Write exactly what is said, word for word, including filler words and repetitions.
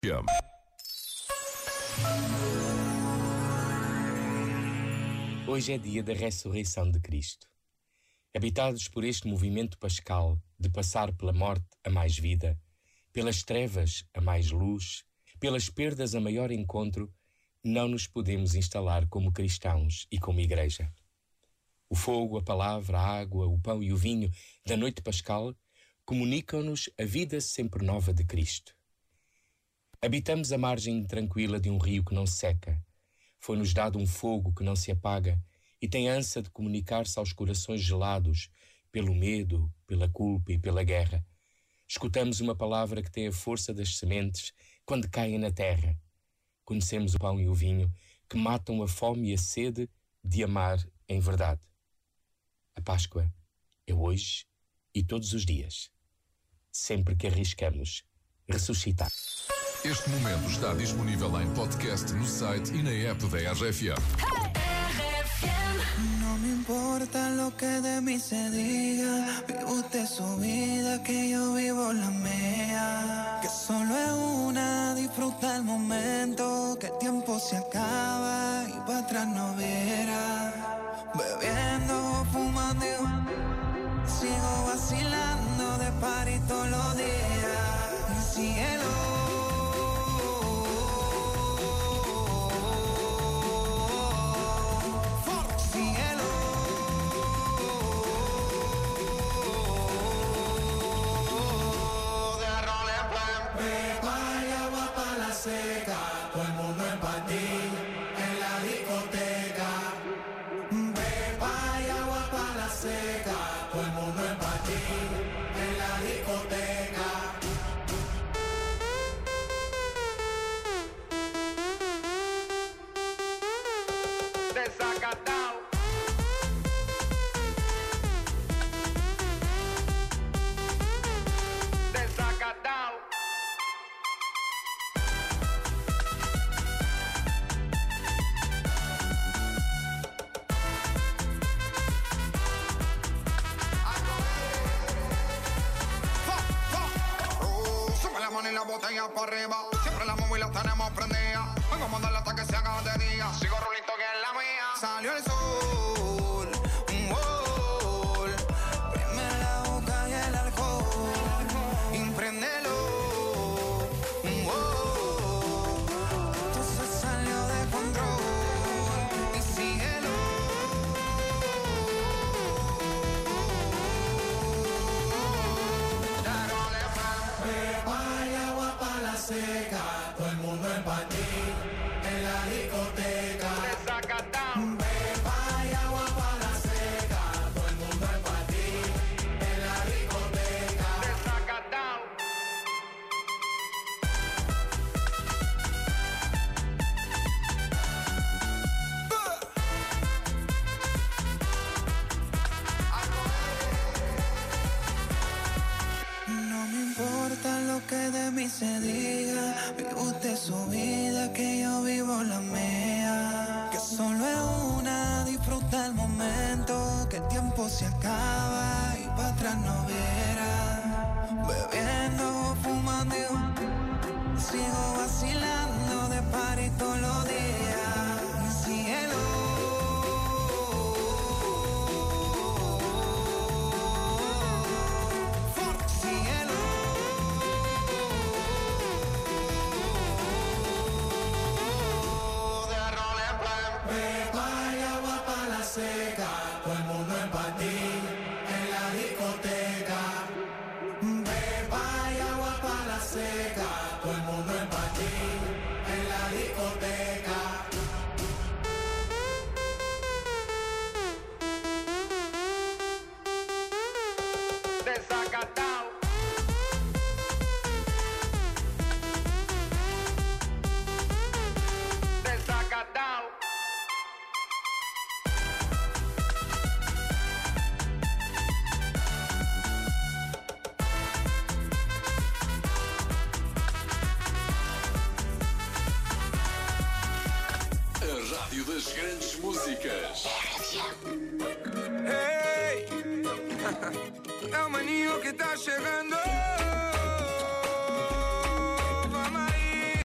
M. Hoje é dia da ressurreição de Cristo. Habitados por este movimento pascal de passar pela morte a mais vida, pelas trevas a mais luz, pelas perdas a maior encontro, não nos podemos instalar como cristãos e como igreja. O fogo, a palavra, a água, o pão e o vinho da noite pascal comunicam-nos a vida sempre nova de Cristo. Habitamos a margem tranquila de um rio que não seca. Foi-nos dado um fogo que não se apaga e tem ânsia de comunicar-se aos corações gelados pelo medo, pela culpa e pela guerra. Escutamos uma palavra que tem a força das sementes quando caem na terra. Conhecemos o pão e o vinho que matam a fome e a sede de amar em verdade. A Páscoa é hoje e todos os dias, sempre que arriscamos ressuscitar. Este momento está disponível em podcast no site e na app da R F M. No me importa lo que de mí se diga, vive usted su vida, que yo vivo la mía. Que solo es una, disfruta el momento, que el tiempo se acaba y para atrás no verá. Bebiendo, fumando, sigo vacilando de party todos los días. Y cielo. Seca, todo el mundo en patí, en la discoteca. Beba y agua para la seca, todo el mundo en patí, en la discoteca. Desacatao. Desacatao. Y la botella para arriba, siempre la móvil la tenemos prendida. Vengo a mandarla hasta que se haga de día. Sigo rulito que es la mía. Salió el sol, un gol. Prende la boca y el alcohol. Impréndelo, un gol. Esto se salió de control. Y síguelo. Seca, todo el mundo en patí, en la discoteca. Beba y agua para la seca, todo el mundo en patí, en la discoteca. No me importa lo que de mí se diga, vive usted su vida, que yo vivo la mía. Que solo es una, disfruta el momento, que el tiempo se acaba y para atrás no verá. Bebiendo, fumando, sigo vacilando de party todos los días. Y cielo. Seca, todo el mundo en patí, en la discoteca. Beba y agua para la seca, todo el mundo en patí, en la discoteca. Desacatao. Desacatao. Das grandes músicas. Hey, é o maninho que tá chegando.